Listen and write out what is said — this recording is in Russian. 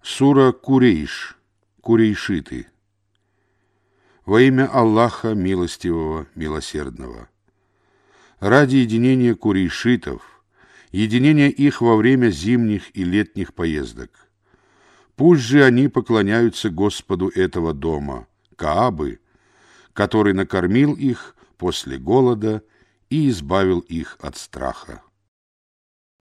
Сура Курейш, Курейшиты. Во имя Аллаха Милостивого, Милосердного. Ради единения курейшитов, единения их во время зимних и летних поездок. Пусть же они поклоняются Господу этого дома, Каабы, который накормил их после голода и избавил их от страха.